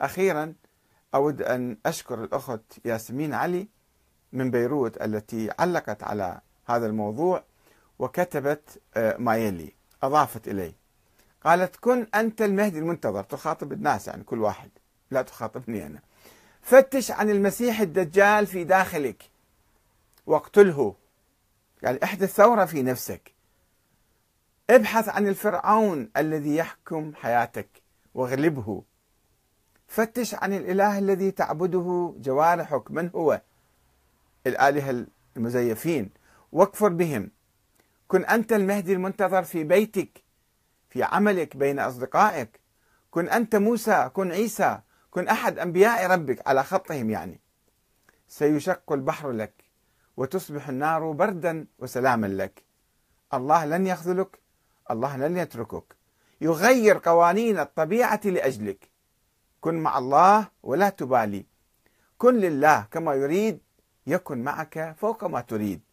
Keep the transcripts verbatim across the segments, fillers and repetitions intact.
أخيرا أود أن أشكر الأخت ياسمين علي من بيروت التي علقت على هذا الموضوع وكتبت ما يلي، أضافت إليه قالت: كن أنت المهدي المنتظر، تخاطب الناس يعني كل واحد، لا تخاطبني أنا. فتش عن المسيح الدجال في داخلك واقتله، يعني احدث ثورة في نفسك. ابحث عن الفرعون الذي يحكم حياتك واغلبه. فتش عن الإله الذي تعبده جوارحك، من هو؟ الآلهة المزيفين، واكفر بهم. كن أنت المهدي المنتظر في بيتك، في عملك، بين أصدقائك. كن أنت موسى، كن عيسى، كن أحد أنبياء ربك على خطهم يعني. سيشق البحر لك وتصبح النار بردا وسلاما لك. الله لن يخذلك، الله لن يتركك، يغير قوانين الطبيعة لأجلك. كن مع الله ولا تبالي، كن لله كما يريد يكن معك فوق ما تريد.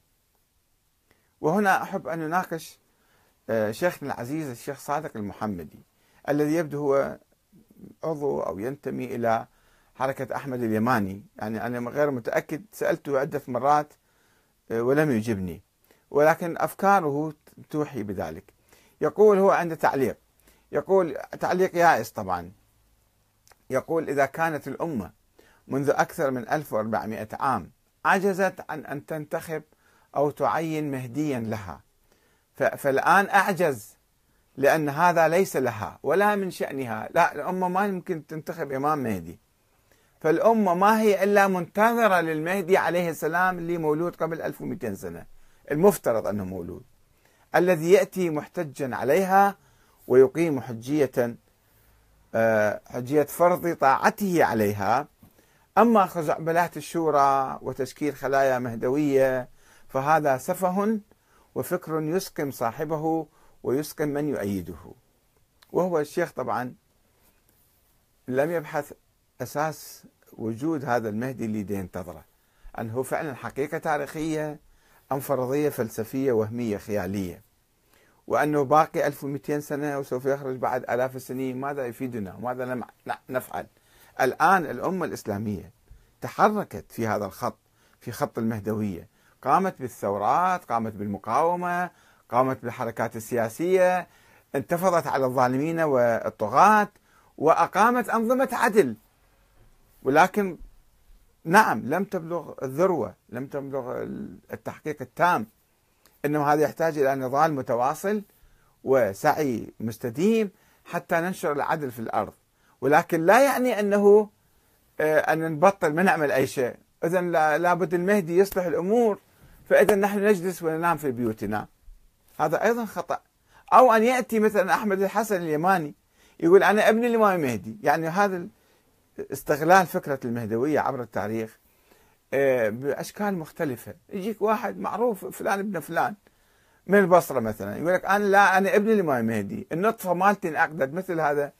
وهنا أحب أن نناقش شيخنا العزيز الشيخ صادق المحمدي، الذي يبدو هو عضو أو ينتمي إلى حركة أحمد اليماني، يعني أنا غير متأكد، سألته عدة مرات ولم يجبني، ولكن أفكاره توحي بذلك. يقول هو عنده تعليق، يقول تعليق يائس طبعا، يقول: إذا كانت الأمة منذ أكثر من ألف وأربعمائة عام عجزت عن أن تنتخب أو تعين مهديا لها، فالآن أعجز، لأن هذا ليس لها ولا من شأنها. لا، الأمة ما يمكن تنتخب إمام مهدي، فالأمة ما هي إلا منتظرة للمهدي عليه السلام اللي مولود قبل ألف ومئتين سنة، المفترض أنه مولود، الذي يأتي محتجا عليها ويقيم حجية حجية فرض طاعته عليها. أما خزعبلات الشورى وتشكيل خلايا مهدوية فهذا سفه وفكر يسقم صاحبه ويسقم من يؤيده. وهو الشيخ طبعا لم يبحث أساس وجود هذا المهدي اللي ينتظره، أنه فعلا حقيقة تاريخية أم فرضية فلسفية وهمية خيالية، وأنه باقي ألف ومئتين سنة وسوف يخرج بعد آلاف السنين. ماذا يفيدنا وماذا نفعل؟ الآن الأمة الإسلامية تحركت في هذا الخط، في خط المهدوية، قامت بالثورات، قامت بالمقاومة، قامت بالحركات السياسية، انتفضت على الظالمين والطغاة، وأقامت أنظمة عدل، ولكن نعم لم تبلغ الذروة، لم تبلغ التحقيق التام. إنما هذا يحتاج إلى نضال متواصل وسعي مستديم حتى ننشر العدل في الأرض، ولكن لا يعني أنه أن نبطل ما نعمل أي شيء. إذا لابد المهدي يصلح الأمور، فإذا نحن نجلس وننام في بيوتنا، هذا أيضا خطأ. أو أن يأتي مثلا أحمد الحسن اليماني يقول: أنا ابن الإمام المهدي. يعني هذا استغلال فكرة المهدوية عبر التاريخ بأشكال مختلفة. يجيك واحد معروف فلان ابن فلان من البصرة مثلا يقول لك: أنا لا أنا ابن الإمام المهدي، النطفة مالتي انعقدت مثل هذا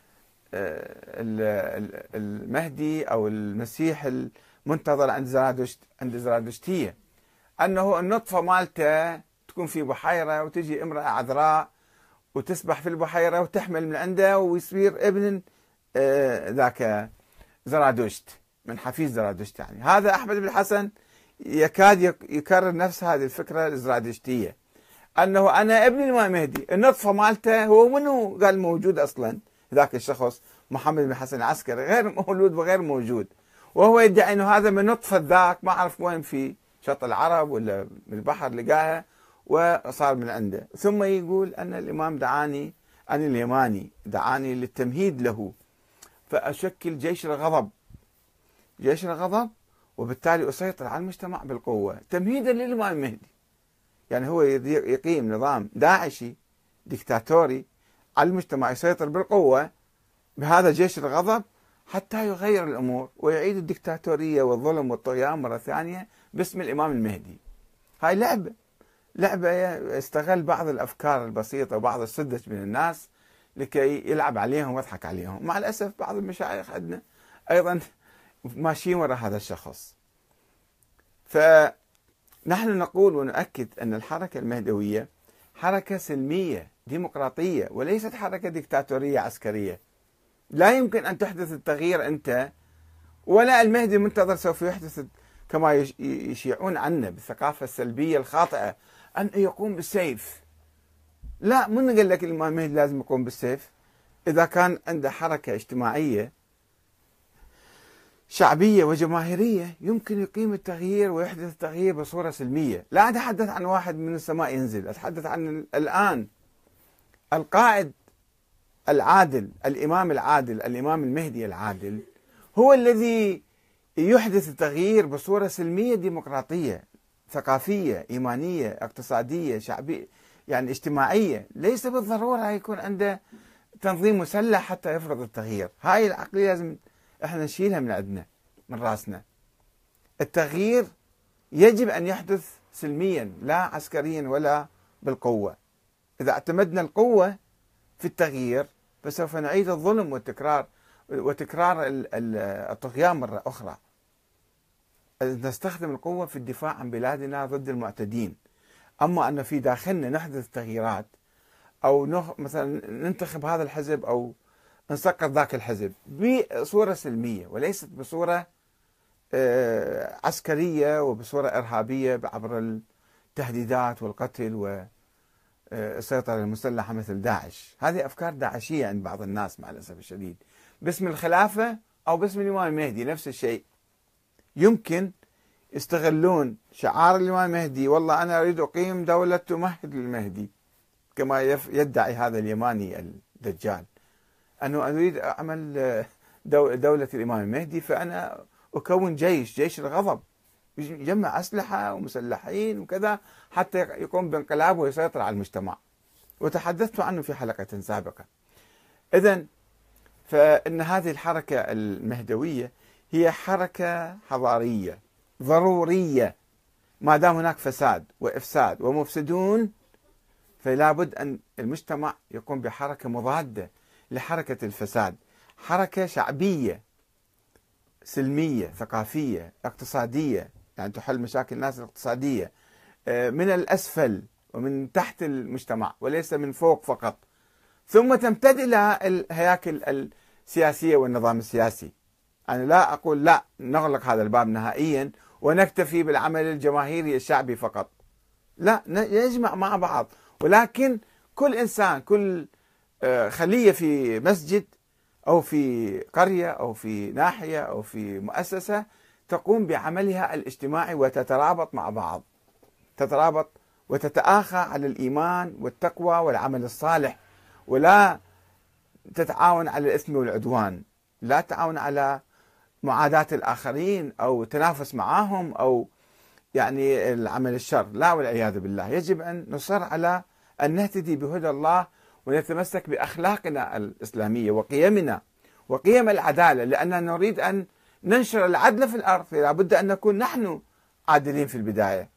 المهدي أو المسيح المنتظر عند زرادشت عند زرادشتية، أنه النطفة مالته تكون في بحيرة وتجي امرأة عذراء وتسبح في البحيرة وتحمل من عنده ويصير ابن ذاك زرادشت، من حفيد زرادشت. يعني هذا أحمد بن الحسن يكاد يكرر نفس هذه الفكرة الزرادشتية، أنه أنا ابن الإمام المهدي، النطفة مالته هو منو قال موجود أصلا؟ ذاك الشخص محمد بن الحسن العسكري غير مولود وغير موجود، وهو يدعي أنه هذا من نطفة ذاك ما أعرف وين، في شط العرب ولا من البحر لقاها وصار من عنده. ثم يقول أن الإمام دعاني، أنا اليماني دعاني للتمهيد له، فأشكل جيش الغضب، جيش الغضب، وبالتالي أسيطر على المجتمع بالقوة تمهيدا للإمام المهدي. يعني هو يقيم نظام داعشي ديكتاتوري على المجتمع، يسيطر بالقوة بهذا جيش الغضب حتى يغير الأمور ويعيد الديكتاتورية والظلم والطغيان مرة ثانية باسم الإمام المهدي. هاي لعبة لعبة يستغل بعض الأفكار البسيطة وبعض السذج من الناس لكي يلعب عليهم ويضحك عليهم. مع الأسف بعض المشايخ عندنا أيضا ماشيين وراء هذا الشخص. فنحن نقول ونؤكد أن الحركة المهدوية حركة سلمية ديمقراطية وليست حركة ديكتاتورية عسكرية. لا يمكن أن تحدث التغيير أنت، ولا المهدي المنتظر سوف يحدث كما يشيعون عنا بالثقافة السلبية الخاطئة أن يقوم بالسيف. لا، من قال لك الإمام المهدي لازم يقوم بالسيف؟ إذا كان عنده حركة اجتماعية شعبية وجماهيرية يمكن يقيم التغيير ويحدث التغيير بصورة سلمية. لا أتحدث عن واحد من السماء ينزل، أتحدث عن الآن القائد العادل، الإمام العادل، الإمام المهدي العادل هو الذي يحدث التغيير بصورة سلمية ديمقراطية ثقافية إيمانية اقتصادية شعبية يعني اجتماعية. ليس بالضرورة يكون عنده تنظيم مسلح حتى يفرض التغيير. هاي العقلية لازم احنا نشيلها من عندنا من راسنا. التغيير يجب أن يحدث سلميا لا عسكريا ولا بالقوة. إذا اعتمدنا القوة في التغيير فسوف نعيد الظلم والتكرار وتكرار الطغيان مرة أخرى. نستخدم القوة في الدفاع عن بلادنا ضد المعتدين. أما أن في داخلنا نحدث تغييرات أو نخ... مثلا ننتخب هذا الحزب أو نسقط ذاك الحزب بصورة سلمية وليست بصورة عسكرية وبصورة إرهابية عبر التهديدات والقتل والسيطرة المسلحة مثل داعش. هذه أفكار داعشية عند بعض الناس مع الأسف الشديد، باسم الخلافة أو باسم الإمام المهدي نفس الشيء. يمكن يستغلون شعار الإمام المهدي، والله أنا أريد أقيم دولة تمهد للمهدي كما يدعي هذا اليماني الدجال، أنه أريد أعمل دولة الإمام المهدي فأنا أكون جيش جيش الغضب يجمع أسلحة ومسلحين وكذا حتى يقوم بانقلاب ويسيطر على المجتمع، وتحدثت عنه في حلقة سابقة. إذن فإن هذه الحركة المهدوية هي حركة حضارية ضرورية. ما دام هناك فساد وإفساد ومفسدون فلا بد أن المجتمع يقوم بحركة مضادة لحركة الفساد، حركة شعبية سلمية ثقافية اقتصادية يعني تحل مشاكل الناس الاقتصادية من الأسفل ومن تحت المجتمع وليس من فوق فقط، ثم تمتد إلى الهياكل السياسية والنظام السياسي. أنا لا أقول لا نغلق هذا الباب نهائيا ونكتفي بالعمل الجماهيري الشعبي فقط، لا، نجمع مع بعض، ولكن كل إنسان كل خلية في مسجد أو في قرية أو في ناحية أو في مؤسسة تقوم بعملها الاجتماعي وتترابط مع بعض، تترابط وتتآخى على الإيمان والتقوى والعمل الصالح، ولا تتعاون على الإثم والعدوان، لا تعاون على معاداة الآخرين أو تنافس معهم أو يعني العمل الشر، لا والعياذ بالله. يجب أن نصر على أن نهتدي بهدى الله ونتمسك بأخلاقنا الإسلامية وقيمنا وقيم العدالة، لأننا نريد أن ننشر العدل في الأرض، فلا بد أن نكون نحن عادلين في البداية.